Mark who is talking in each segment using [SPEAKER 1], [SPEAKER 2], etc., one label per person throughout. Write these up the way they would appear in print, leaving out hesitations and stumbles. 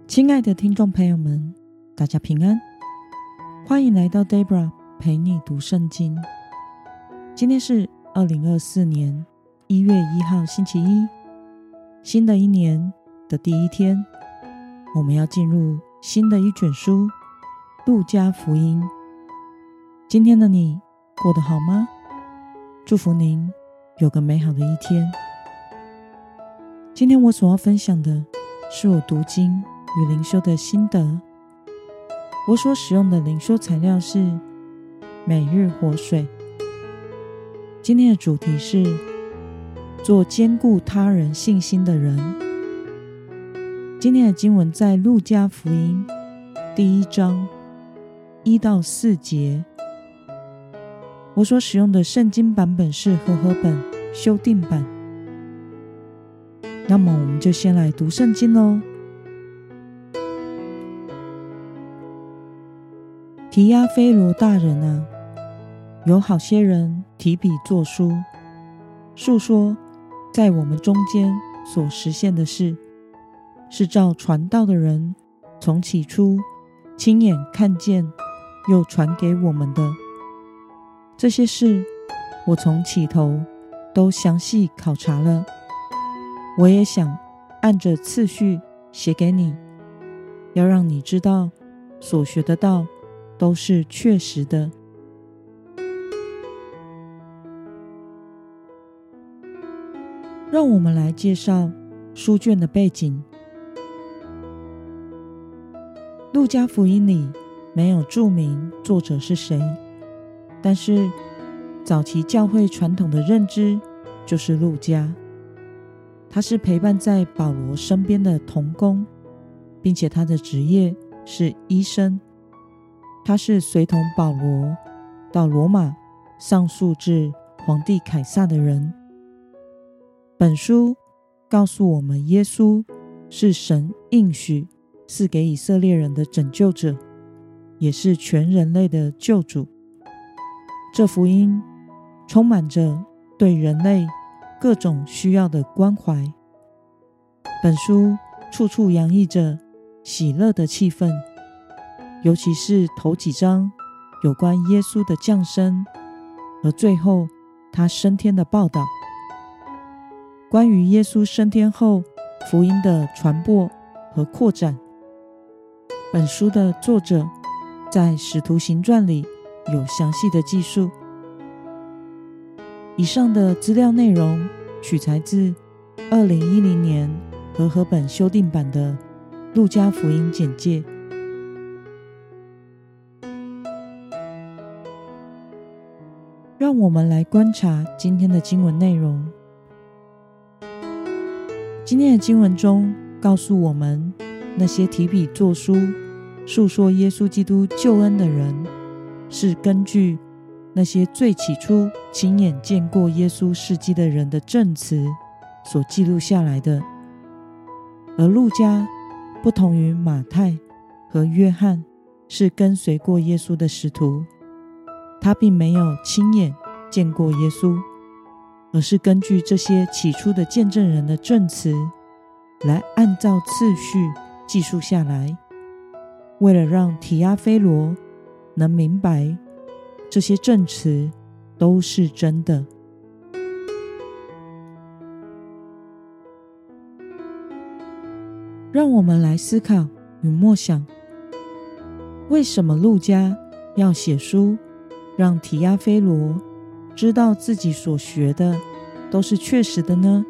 [SPEAKER 1] 亲爱的听众朋友们，大家平安，欢迎来到 Debra 陪你读圣经。今天是2024年1月1号星期一，新的一年的第一天，我们要进入新的一卷书《路加福音》。今天的你过得好吗？祝福您有个美好的一天。今天我所要分享的是我读经与灵修的心得。我所使用的灵修材料是每日活水。今天的主题是做坚固他人信心的人。今天的经文在路加福音第1章1到4节。我所使用的圣经版本是和合本修订版。那么我们就先来读圣经咯。提阿非罗大人啊，有好些人提笔作书，述说在我们中间所实现的事，是照传道的人从起初亲眼看见又传给我们的。这些事我从起头都详细考察了，我也想按着次序写给你，要让你知道所学的道都是确实的。让我们来介绍书卷的背景。路加福音里没有注明作者是谁，但是早期教会传统的认知就是路加，他是陪伴在保罗身边的同工，并且他的职业是医生。他是随同保罗到罗马上诉至皇帝凯撒的人。本书告诉我们，耶稣是神应许赐给以色列人的拯救者，也是全人类的救主。这福音充满着对人类各种需要的关怀。本书处处洋溢着喜乐的气氛，尤其是头几章有关耶稣的降生，和最后他升天的报道。关于耶稣升天后福音的传播和扩展，本书的作者在《使徒行传》里有详细的记述。以上的资料内容取材自2010年和合本修订版的路加福音简介。让我们来观察今天的经文内容。今天的经文中告诉我们，那些提笔作书述说耶稣基督救恩的人，是根据那些最起初亲眼见过耶稣事迹的人的证词所记录下来的。而路加不同于马太和约翰，是跟随过耶稣的使徒，他并没有亲眼见过耶稣，而是根据这些起初的见证人的证词来按照次序记述下来，为了让提阿非罗能明白这些证词都是真的。让我们来思考与默想，为什么路加要写书让提阿非罗知道自己所学的都是确实的呢？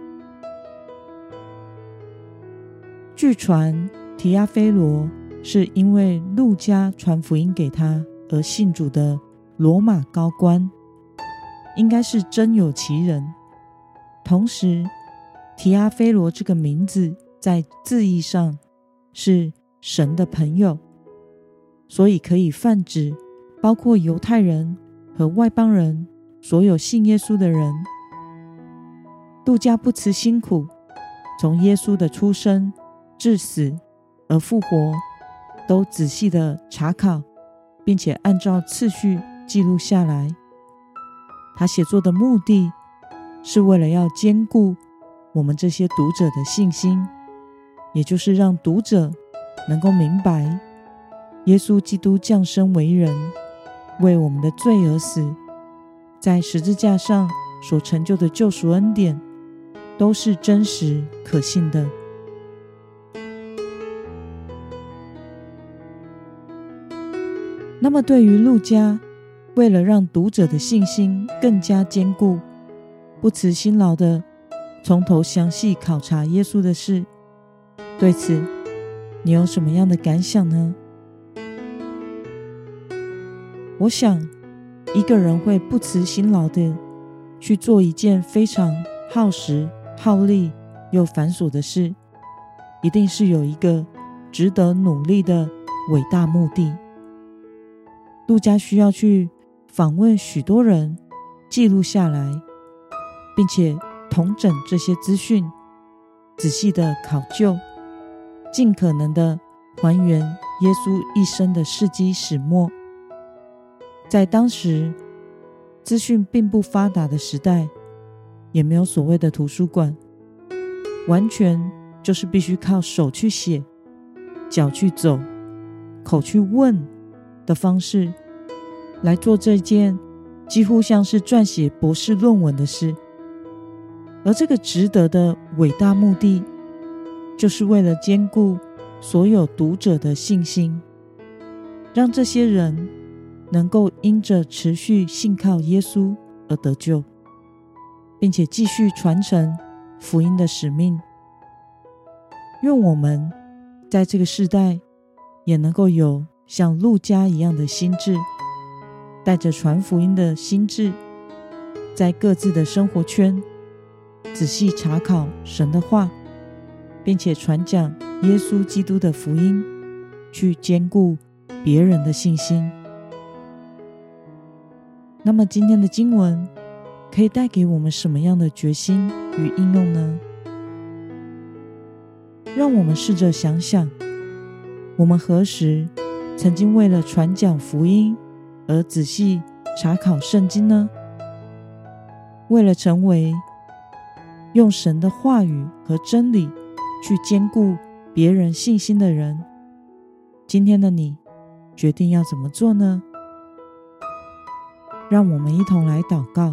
[SPEAKER 1] 据传，提阿非罗是因为路加传福音给他而信主的罗马高官，应该是真有其人。同时，提阿非罗这个名字在字义上是神的朋友，所以可以泛指包括犹太人和外邦人，所有信耶稣的人。路加不辞辛苦，从耶稣的出生至死而复活都仔细的查考，并且按照次序记录下来。他写作的目的是为了要兼顾我们这些读者的信心，也就是让读者能够明白耶稣基督降生为人，为我们的罪而死，在十字架上所成就的救赎恩典都是真实可信的。那么对于路加，为了让读者的信心更加坚固，不辞辛劳的从头详细考察耶稣的事，对此你有什么样的感想呢？我想，一个人会不辞辛劳的去做一件非常耗时、耗力又繁琐的事，一定是有一个值得努力的伟大目的。路加需要去访问许多人，记录下来，并且统整这些资讯，仔细的考究，尽可能的还原耶稣一生的事迹始末。在当时资讯并不发达的时代，也没有所谓的图书馆，完全就是必须靠手去写、脚去走、口去问的方式来做这件几乎像是撰写博士论文的事。而这个值得的伟大目的，就是为了兼顾所有读者的信心，让这些人能够因着持续信靠耶稣而得救，并且继续传承福音的使命。愿我们在这个世代也能够有像路加一样的心志，带着传福音的心志，在各自的生活圈仔细查考神的话，并且传讲耶稣基督的福音，去兼顾别人的信心。那么今天的经文可以带给我们什么样的决心与应用呢？让我们试着想想，我们何时曾经为了传讲福音而仔细查考圣经呢？为了成为用神的话语和真理去兼顾别人信心的人，今天的你决定要怎么做呢？让我们一同来祷告。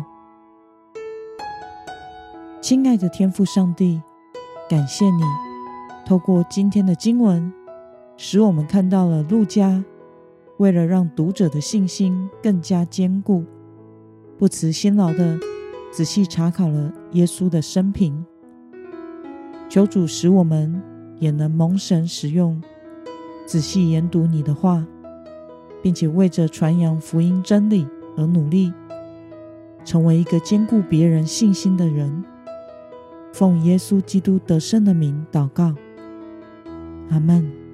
[SPEAKER 1] 亲爱的天父上帝，感谢你透过今天的经文，使我们看到了路加为了让读者的信心更加坚固，不辞辛劳的仔细查考了耶稣的生平。求主使我们也能蒙神使用，仔细研读你的话，并且为着传扬福音真理而努力，成为一个兼顾别人信心的人。奉耶稣基督得胜的名祷告，阿们。